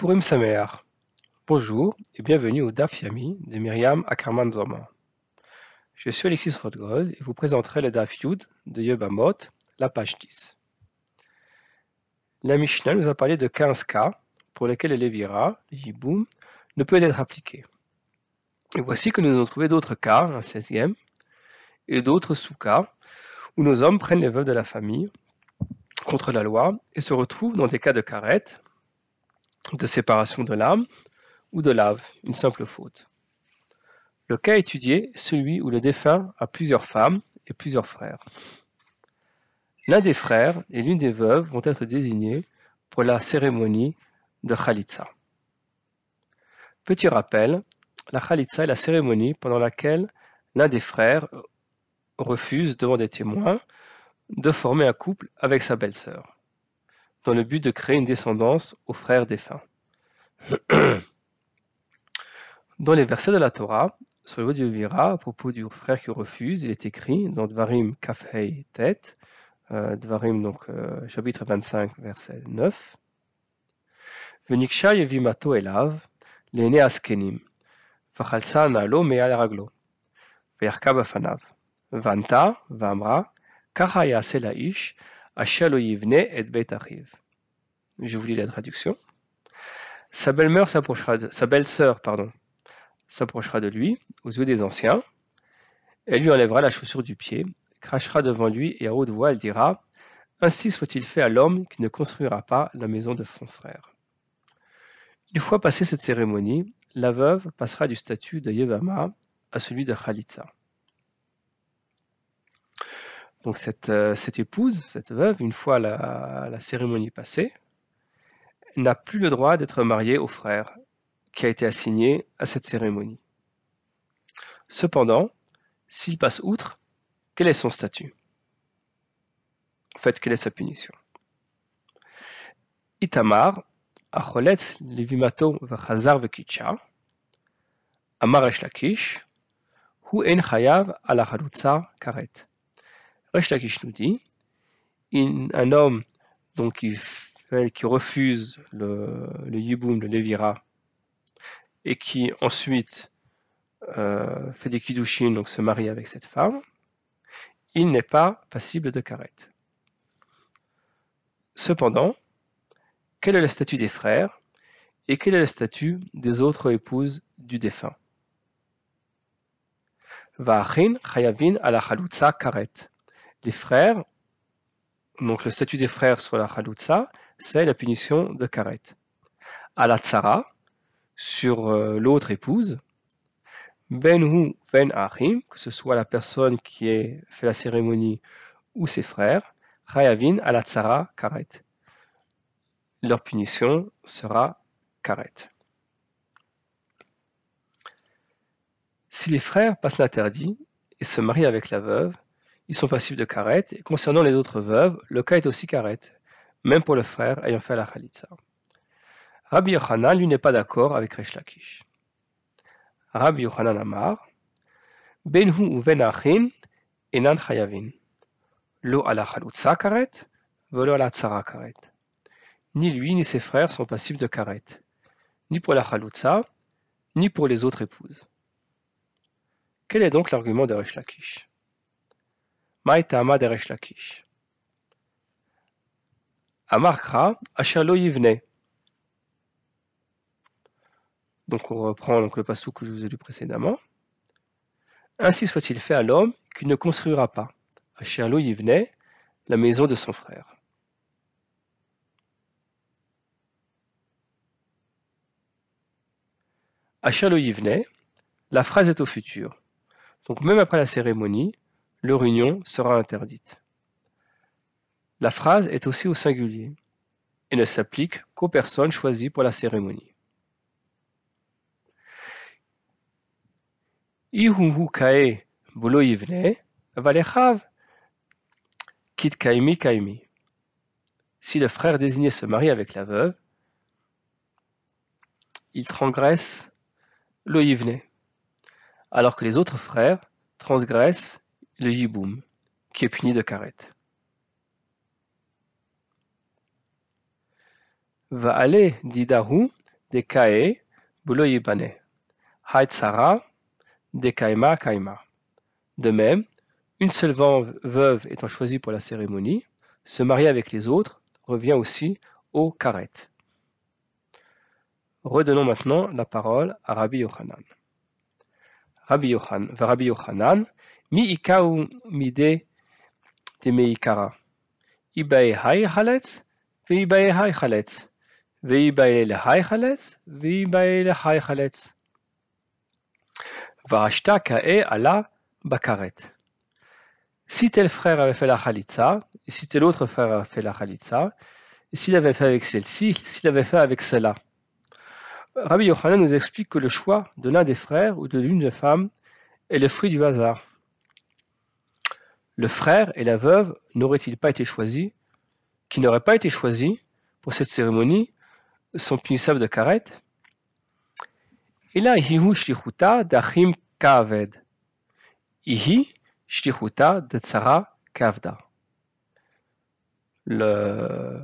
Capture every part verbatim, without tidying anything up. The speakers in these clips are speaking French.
Purim Sameach. Bonjour et bienvenue au Daf Yomi de Myriam Ackerman Zoman. Je suis Alexis Rothgold et vous présenterai le Daf Yud de Yevamot, la page dix. La Mishnah nous a parlé de quinze cas pour lesquels le Lévira, le Yiboum, ne peut être appliqué. Et voici que nous avons trouvé d'autres cas, un seizième, et d'autres sous-cas où nos hommes prennent les veuves de la famille contre la loi et se retrouvent dans des cas de karet, de séparation de l'âme ou de lave, une simple faute. Le cas étudié est celui où le défunt a plusieurs femmes et plusieurs frères. L'un des frères et l'une des veuves vont être désignés pour la cérémonie de Khalitsa. Petit rappel, la Khalitsa est la cérémonie pendant laquelle l'un des frères refuse devant des témoins de former un couple avec sa belle-sœur, dans le but de créer une descendance aux frères défunts. Dans les versets de la Torah, sur le mot du Lévira, à propos du frère qui refuse, il est écrit dans Dvarim Kafhei Tet, euh, Dvarim donc euh, chapitre vingt-cinq, verset neuf, Veniksha yevimato elav, lene askenim, vachalsa nalo me'al raglo, ve'yarka bafanav, vanta, vamra, kacha ya'ase la'ish, asher lo yivne et bet achiv. Je vous lis la traduction. Sa belle-mère s'approchera de, sa belle-sœur, pardon, s'approchera de lui, aux yeux des anciens, elle lui enlèvera la chaussure du pied, crachera devant lui et à haute voix elle dira « Ainsi soit-il fait à l'homme qui ne construira pas la maison de son frère ». Une fois passée cette cérémonie, la veuve passera du statut de Yevama à celui de Khalitsa. Donc cette, euh, cette épouse, cette veuve, une fois la, la cérémonie passée, n'a plus le droit d'être mariée au frère qui a été assigné à cette cérémonie. Cependant, s'il passe outre, quel est son statut? En fait, quelle est sa punition? Itamar, Acholetz levimato v'chazar v'kitcha, Amar Resh Lakish, hu en chayav ala chalutza karet. Resh Lakish nous dit, un homme donc qui, fait, qui refuse le, le yiboum, le lévira, et qui ensuite euh, fait des kiddushin, donc se marie avec cette femme, il n'est pas passible de karet. Cependant, quel est le statut des frères et quel est le statut des autres épouses du défunt? Va'achin chayavin ala chalutza karet. Les frères, donc le statut des frères sur la chalutza, c'est la punition de karet. Ala tzara, sur euh, l'autre épouse, ben hu ben achim, que ce soit la personne qui a fait la cérémonie ou ses frères, chayavin ala tzara karet. Leur punition sera karet. Si les frères passent l'interdit et se marient avec la veuve, ils sont passibles de karet, et concernant les autres veuves, le cas est aussi karet, même pour le frère ayant fait la khalitsa. Rabbi Yochanan, lui, n'est pas d'accord avec Resh Lakish. Rabbi Yochanan Amar, ben hu ou ben achin enan chayavin, lo ala chalutza karet, velo ala tzara karet. Ni lui ni ses frères sont passibles de karet, ni pour la chalutza, ni pour les autres épouses. Quel est donc l'argument de Resh Lakish? Maï ta'ama de Resh Lakish. Amar kra asher lo yivne. Donc on reprend donc le passage que je vous ai lu précédemment. Ainsi soit-il fait à l'homme qui ne construira pas, asher lo yivne, la maison de son frère. Asher lo yivne, la phrase est au futur. Donc même après la cérémonie, leur union sera interdite. La phrase est aussi au singulier et ne s'applique qu'aux personnes choisies pour la cérémonie. Ihuhu kae bolo yivne, valechav kit kaimi kaimi. Si le frère désigné se marie avec la veuve, il transgresse lo yivne, alors que les autres frères transgressent le yiboum, qui est puni de karet. Va'ale didahu dekae, bulo yibane. Haïtsara, dekaima kaima. De même, une seule veuve étant choisie pour la cérémonie, se marier avec les autres revient aussi au karet. Redonnons maintenant la parole à Rabbi Yochanan. Rabbi Yochanan, Rabbi Yochanan, mi ikau mide de meikara. Ibae hai chaletz, veibae hai chaletz, veibae le hai chaletz, veibae le hai chaletz. Vashta kae ala bakaret. Si tel frère avait fait la chalitza, et si tel autre frère avait fait la chalitza, et s'il avait fait avec celle-ci, s'il avait fait avec celle-là. Rabbi Yochanan nous explique que le choix de l'un des frères ou de l'une des femmes est le fruit du hasard. Le frère et la veuve n'auraient-ils pas été choisis, qui n'auraient pas été choisis pour cette cérémonie, sont punissables de karet. Et là, hihu shlichuta d'achim kaved. Ihi shlichuta de tsara kavda. L'homme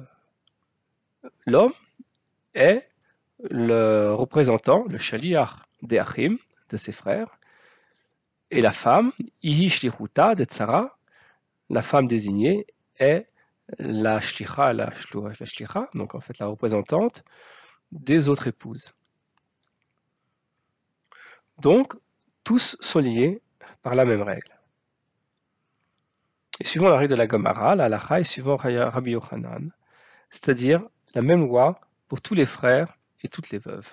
est le représentant, le shaliach des achim, de ses frères, et la femme, ihi shlichuta de tsara, la femme désignée, est la shlicha, la shlicha, donc en fait la représentante des autres épouses. Donc, tous sont liés par la même règle. Et suivant la règle de la Gemara, la halacha est suivant Rabbi Yochanan, c'est-à-dire la même loi pour tous les frères et toutes les veuves.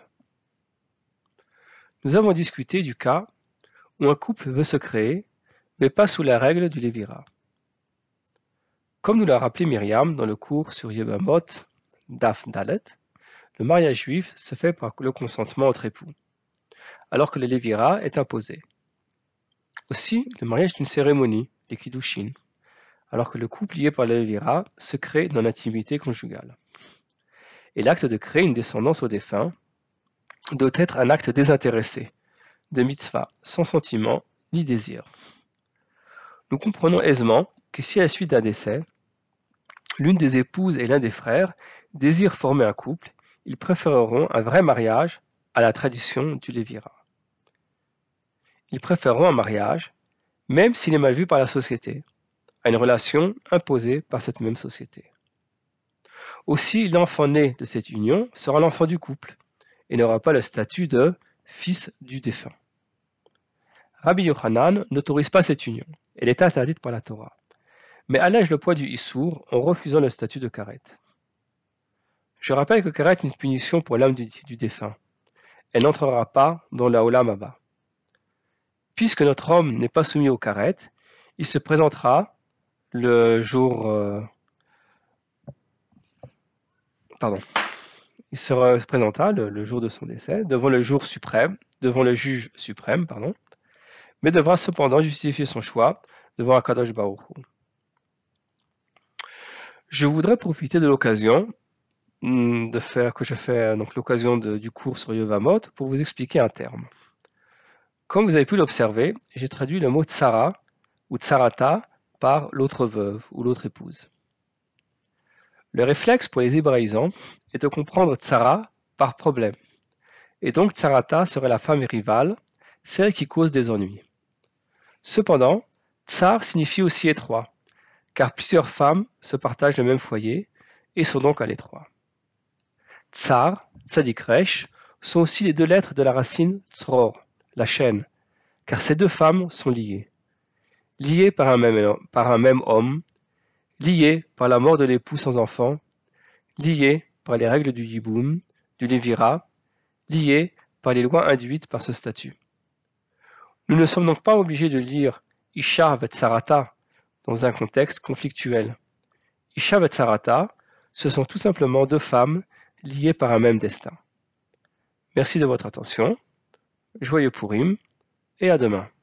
Nous avons discuté du cas où un couple veut se créer, mais pas sous la règle du Lévira. Comme nous l'a rappelé Myriam dans le cours sur Yebamot, Daf Dalet, le mariage juif se fait par le consentement entre époux, alors que le Lévira est imposé. Aussi, le mariage est une cérémonie, les Kiddushin, alors que le couple lié par le Lévira se crée dans l'intimité conjugale. Et l'acte de créer une descendance au défunt doit être un acte désintéressé, de mitzvah, sans sentiment ni désir. Nous comprenons aisément que si à la suite d'un décès, l'une des épouses et l'un des frères désirent former un couple, ils préféreront un vrai mariage à la tradition du Lévira. Ils préféreront un mariage, même s'il est mal vu par la société, à une relation imposée par cette même société. Aussi, l'enfant né de cette union sera l'enfant du couple et n'aura pas le statut de fils du défunt. Rabbi Yochanan n'autorise pas cette union, elle est interdite par la Torah, mais allège le poids du Issour en refusant le statut de karet. Je rappelle que karet est une punition pour l'âme du, du défunt. Elle n'entrera pas dans la Olam Haba. Puisque notre homme n'est pas soumis au karet, il se présentera le jour... Euh, pardon. Il se présenta le, le jour de son décès devant le jour suprême, devant le juge suprême, pardon, mais devra cependant justifier son choix devant Akadosh Baruch Hu. Je voudrais profiter de l'occasion de faire que je fais donc l'occasion du cours sur Yevamot pour vous expliquer un terme. Comme vous avez pu l'observer, j'ai traduit le mot tsara ou tsarata par l'autre veuve ou l'autre épouse. Le réflexe pour les hébraïsants est de comprendre tsara par problème, et donc tsarata serait la femme rivale, celle qui cause des ennuis. Cependant, tsar signifie aussi étroit, car plusieurs femmes se partagent le même foyer et sont donc à l'étroit. Tsar, tzadik resh, sont aussi les deux lettres de la racine tzror, la chaîne, car ces deux femmes sont liées. Liées par un même, par un même homme, liées par la mort de l'époux sans enfant, liées par les règles du yiboum, du lévira, liées par les lois induites par ce statut. Nous ne sommes donc pas obligés de lire Isha v'tsarata dans un contexte conflictuel. Isha v'tsarata, ce sont tout simplement deux femmes liées par un même destin. Merci de votre attention, joyeux Purim et à demain.